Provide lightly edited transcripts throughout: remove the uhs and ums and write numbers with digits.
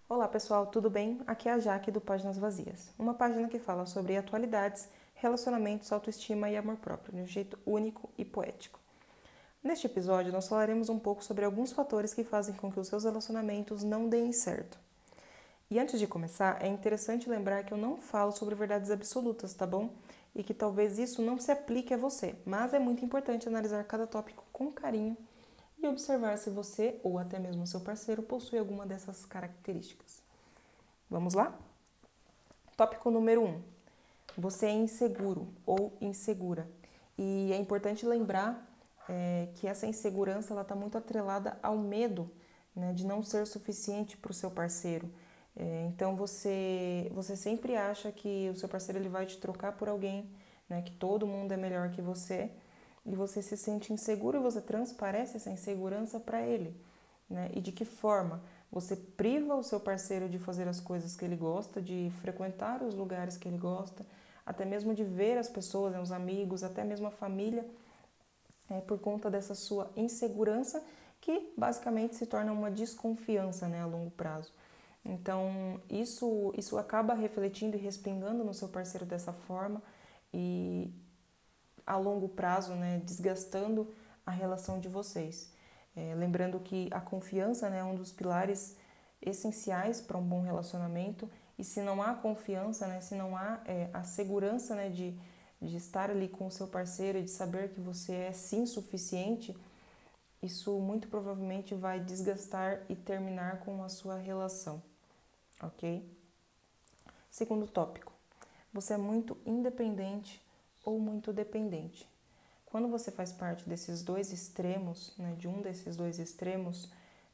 Olá pessoal, tudo bem? Aqui é a Jaque do Páginas Vazias, uma página que fala sobre atualidades, relacionamentos, autoestima e amor próprio, de um jeito único e poético. Neste episódio, nós falaremos um pouco sobre alguns fatores que fazem com que os seus relacionamentos não deem certo. E antes de começar, é interessante lembrar que eu não falo sobre verdades absolutas, tá bom? E que talvez isso não se aplique a você, mas é muito importante analisar cada tópico com carinho e observar se você ou até mesmo seu parceiro possui alguma dessas características. Vamos lá? Tópico número 1. Você é inseguro ou insegura. E é importante lembrar que essa insegurança está muito atrelada ao medo, né, de não ser suficiente para o seu parceiro. Então você sempre acha que o seu parceiro ele vai te trocar por alguém, né, que todo mundo é melhor que você, e você se sente inseguro e você transparece essa insegurança para ele. Né? E de que forma? Você priva o seu parceiro de fazer as coisas que ele gosta, de frequentar os lugares que ele gosta, até mesmo de ver as pessoas, os amigos, até mesmo a família, por conta dessa sua insegurança, que basicamente se torna uma desconfiança, né, a longo prazo. Então, isso acaba refletindo e respingando no seu parceiro dessa forma e, a longo prazo, né, desgastando a relação de vocês. Lembrando que a confiança, né, é um dos pilares essenciais para um bom relacionamento, e se não há confiança, né, se não há a segurança, né, de estar ali com o seu parceiro e de saber que você é sim suficiente, isso muito provavelmente vai desgastar e terminar com a sua relação, ok? Segundo tópico, você é muito independente ou muito dependente. Quando você faz parte desses dois extremos, né, de um desses dois extremos,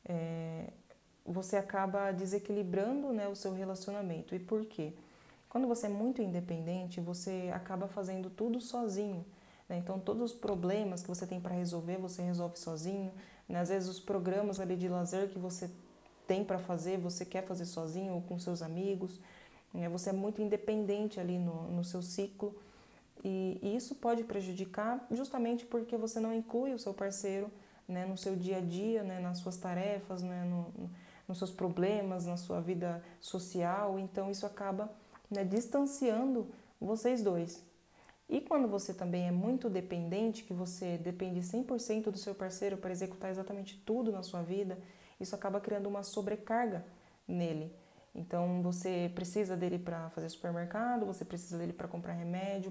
você acaba desequilibrando, né, o seu relacionamento. E por quê? Quando você é muito independente, você acaba fazendo tudo sozinho. Né? Então, todos os problemas que você tem para resolver, você resolve sozinho. Né? Às vezes, os programas ali de lazer que você tem para fazer, você quer fazer sozinho ou com seus amigos. Né? Você é muito independente ali no seu ciclo. E isso pode prejudicar justamente porque você não inclui o seu parceiro, né, no seu dia a dia, né, nas suas tarefas, né, nos seus problemas, na sua vida social. Então isso acaba, né, distanciando vocês dois. E quando você também é muito dependente, que você depende 100% do seu parceiro para executar exatamente tudo na sua vida, isso acaba criando uma sobrecarga nele. Então você precisa dele para fazer supermercado, você precisa dele para comprar remédio,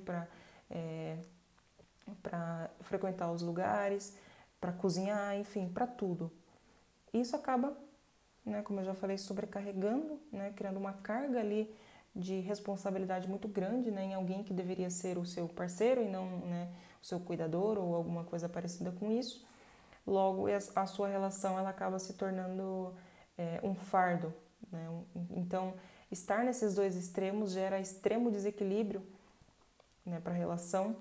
para frequentar os lugares, para cozinhar, enfim, para tudo. Isso acaba, né, como eu já falei, sobrecarregando, né, criando uma carga ali de responsabilidade muito grande, né, em alguém que deveria ser o seu parceiro e não, né, o seu cuidador ou alguma coisa parecida com isso. Logo, a sua relação ela acaba se tornando um fardo. Né? Então, estar nesses dois extremos gera extremo desequilíbrio, né, para a relação,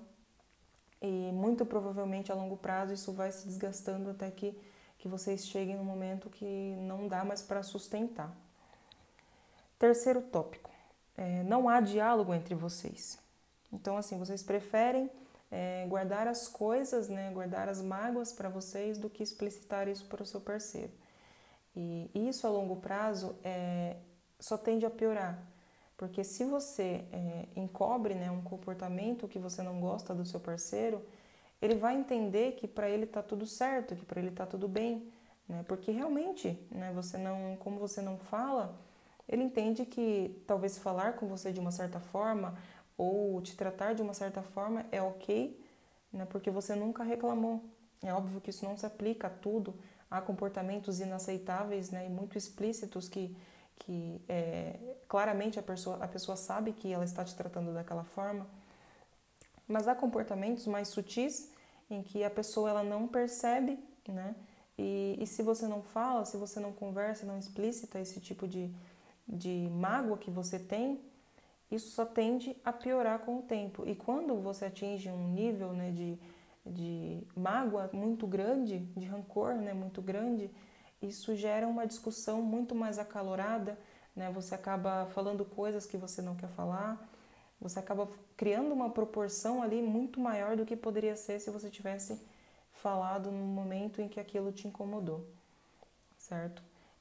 e muito provavelmente a longo prazo isso vai se desgastando até que vocês cheguem num momento que não dá mais para sustentar. Terceiro tópico, não há diálogo entre vocês. Então, assim, vocês preferem guardar as coisas, né, guardar as mágoas para vocês do que explicitar isso para o seu parceiro. E isso a longo prazo só tende a piorar, porque se você encobre, né, um comportamento que você não gosta do seu parceiro, ele vai entender que para ele está tudo certo, que para ele está tudo bem, né, porque realmente, né, como você não fala, ele entende que talvez falar com você de uma certa forma ou te tratar de uma certa forma é ok, né, porque você nunca reclamou. É óbvio que isso não se aplica a tudo, há comportamentos inaceitáveis, né, e muito explícitos que claramente a pessoa sabe que ela está te tratando daquela forma, mas há comportamentos mais sutis em que a pessoa ela não percebe, né, e se você não fala, se você não conversa, não explicita esse tipo de mágoa que você tem, isso só tende a piorar com o tempo. E quando você atinge um nível, né, de mágoa muito grande, de rancor, né, muito grande, isso gera uma discussão muito mais acalorada, né? Você acaba falando coisas que você não quer falar, você acaba criando uma proporção ali muito maior do que poderia ser se você tivesse falado no momento em que aquilo te incomodou, certo?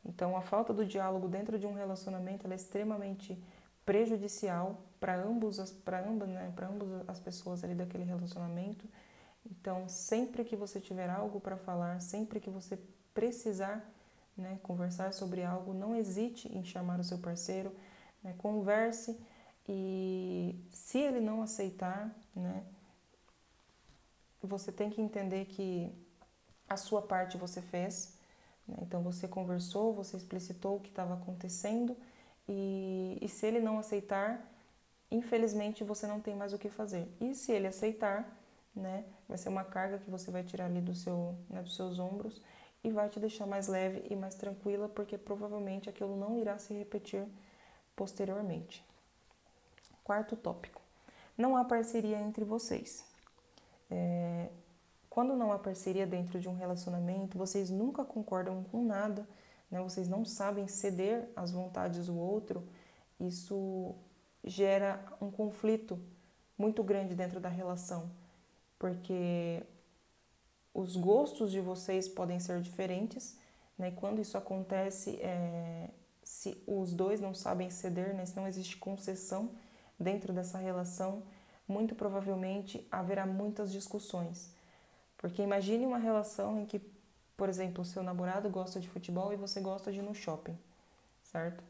Então, a falta do diálogo dentro de um relacionamento ela é extremamente prejudicial para ambas, né, para ambas as pessoas ali daquele relacionamento. Então, sempre que você tiver algo para falar, sempre que você precisar, né, conversar sobre algo, não hesite em chamar o seu parceiro, né, converse e se ele não aceitar, né, você tem que entender que a sua parte você fez, né, então você conversou, você explicitou o que estava acontecendo e se ele não aceitar, infelizmente você não tem mais o que fazer. E se ele aceitar, né, vai ser uma carga que você vai tirar ali né, dos seus ombros e vai te deixar mais leve e mais tranquila, porque provavelmente aquilo não irá se repetir posteriormente. Quarto tópico: não há parceria entre vocês. Quando não há parceria dentro de um relacionamento, vocês nunca concordam com nada, né? Vocês não sabem ceder às vontades do outro. Isso gera um conflito muito grande dentro da relação, porque os gostos de vocês podem ser diferentes, né? E quando isso acontece, se os dois não sabem ceder, né? Se não existe concessão dentro dessa relação, muito provavelmente haverá muitas discussões. Porque imagine uma relação em que, por exemplo, o seu namorado gosta de futebol e você gosta de ir no shopping, certo?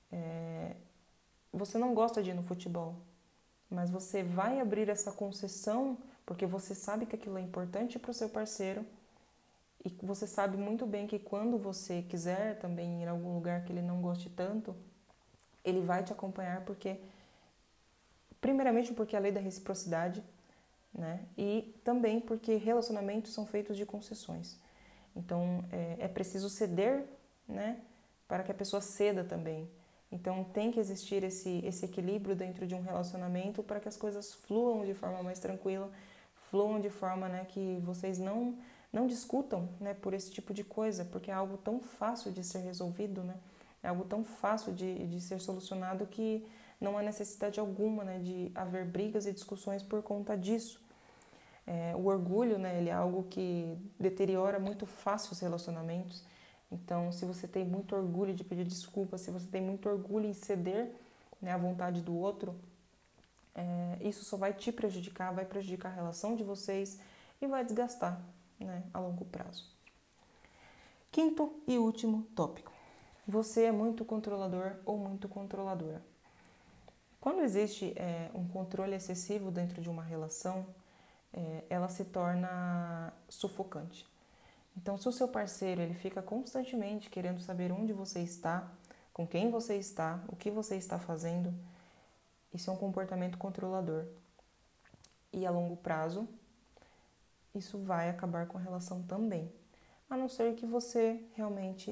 Você não gosta de ir no futebol, mas você vai abrir essa concessão porque você sabe que aquilo é importante para o seu parceiro e você sabe muito bem que quando você quiser também ir a algum lugar que ele não goste tanto, ele vai te acompanhar primeiramente porque é a lei da reciprocidade, né? E também porque relacionamentos são feitos de concessões. Então, é preciso ceder, né? Para que a pessoa ceda também. Então, tem que existir esse equilíbrio dentro de um relacionamento para que as coisas fluam de forma mais tranquila, fluam de forma, né, que vocês não discutam, né, por esse tipo de coisa, porque é algo tão fácil de ser resolvido, né? É algo tão fácil de ser solucionado que não há necessidade alguma, né, de haver brigas e discussões por conta disso. O orgulho, né, ele é algo que deteriora muito fácil os relacionamentos. Então, se você tem muito orgulho de pedir desculpa, se você tem muito orgulho em ceder, né, à vontade do outro, isso só vai te prejudicar, vai prejudicar a relação de vocês e vai desgastar, né, a longo prazo. Quinto e último tópico: você é muito controlador ou muito controladora. Quando existe um controle excessivo dentro de uma relação, ela se torna sufocante. Então, se o seu parceiro ele fica constantemente querendo saber onde você está, com quem você está, o que você está fazendo, isso é um comportamento controlador. E a longo prazo, isso vai acabar com a relação também. A não ser que você realmente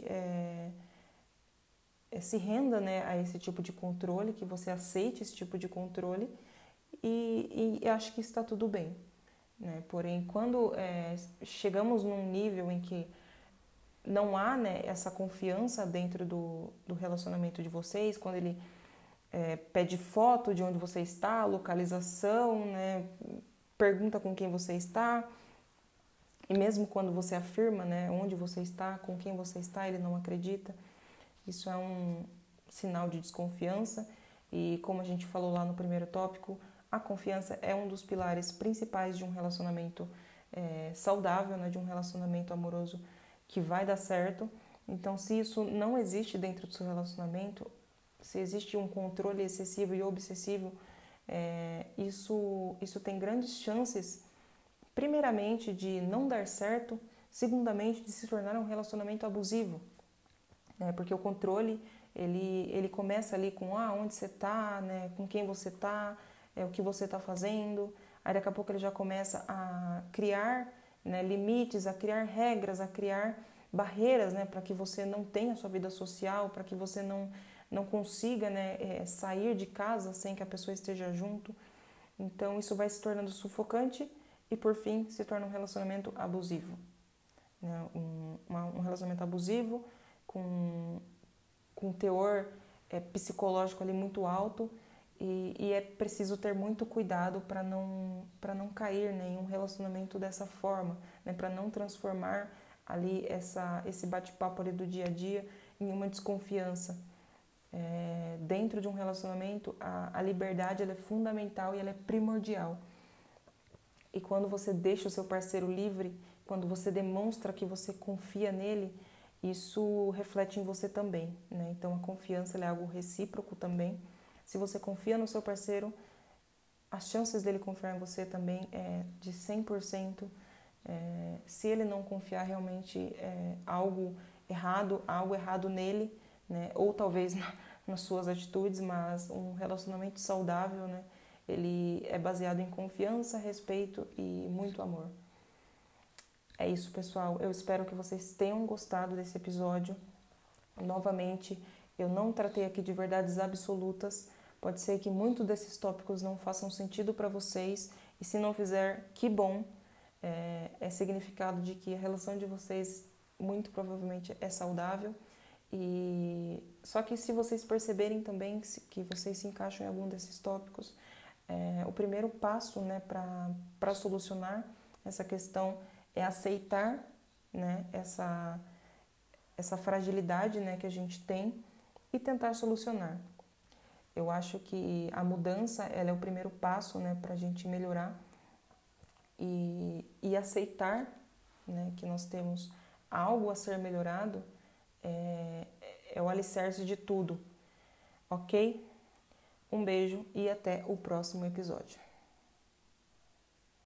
se renda, né, a esse tipo de controle, que você aceite esse tipo de controle e acho que está tudo bem. Né? Porém, quando chegamos num nível em que não há, né, essa confiança dentro do relacionamento de vocês, quando ele pede foto de onde você está, localização, né, pergunta com quem você está, e mesmo quando você afirma, né, onde você está, com quem você está, ele não acredita, isso é um sinal de desconfiança. E como a gente falou lá no primeiro tópico, a confiança é um dos pilares principais de um relacionamento saudável, né, de um relacionamento amoroso que vai dar certo. Então, se isso não existe dentro do seu relacionamento, se existe um controle excessivo e obsessivo, isso tem grandes chances, primeiramente, de não dar certo, segundamente, de se tornar um relacionamento abusivo. Porque o controle, ele começa ali com onde você está, né, com quem você está, o que você está fazendo. Aí daqui a pouco ele já começa a criar, né, limites, a criar regras, a criar barreiras, né, para que você não tenha sua vida social, para que você não consiga, né, sair de casa sem que a pessoa esteja junto. Então isso vai se tornando sufocante e por fim se torna um relacionamento abusivo. Né? Um relacionamento abusivo com teor psicológico ali muito alto e é preciso ter muito cuidado para não cair, né, em um relacionamento dessa forma, né, para não transformar ali esse bate-papo ali do dia a dia em uma desconfiança. Dentro de um relacionamento, a liberdade ela é fundamental e ela é primordial. E quando você deixa o seu parceiro livre, quando você demonstra que você confia nele, isso reflete em você também, né? Então a confiança é algo recíproco também. Se você confia no seu parceiro, as chances dele confiar em você também é de 100%. Se ele não confiar, realmente é algo errado nele, né? Ou talvez nas suas atitudes, mas um relacionamento saudável, né? Ele é baseado em confiança, respeito e muito amor. É isso, pessoal. Eu espero que vocês tenham gostado desse episódio. Novamente, eu não tratei aqui de verdades absolutas. Pode ser que muitos desses tópicos não façam sentido para vocês. E se não fizer, que bom. É significado de que a relação de vocês muito provavelmente é saudável. E só que se vocês perceberem também que vocês se encaixam em algum desses tópicos, o primeiro passo, né, para solucionar essa questão é aceitar, né, essa fragilidade, né, que a gente tem e tentar solucionar. Eu acho que a mudança ela é o primeiro passo, né, para a gente melhorar e aceitar, né, que nós temos algo a ser melhorado é o alicerce de tudo, ok? Um beijo e até o próximo episódio.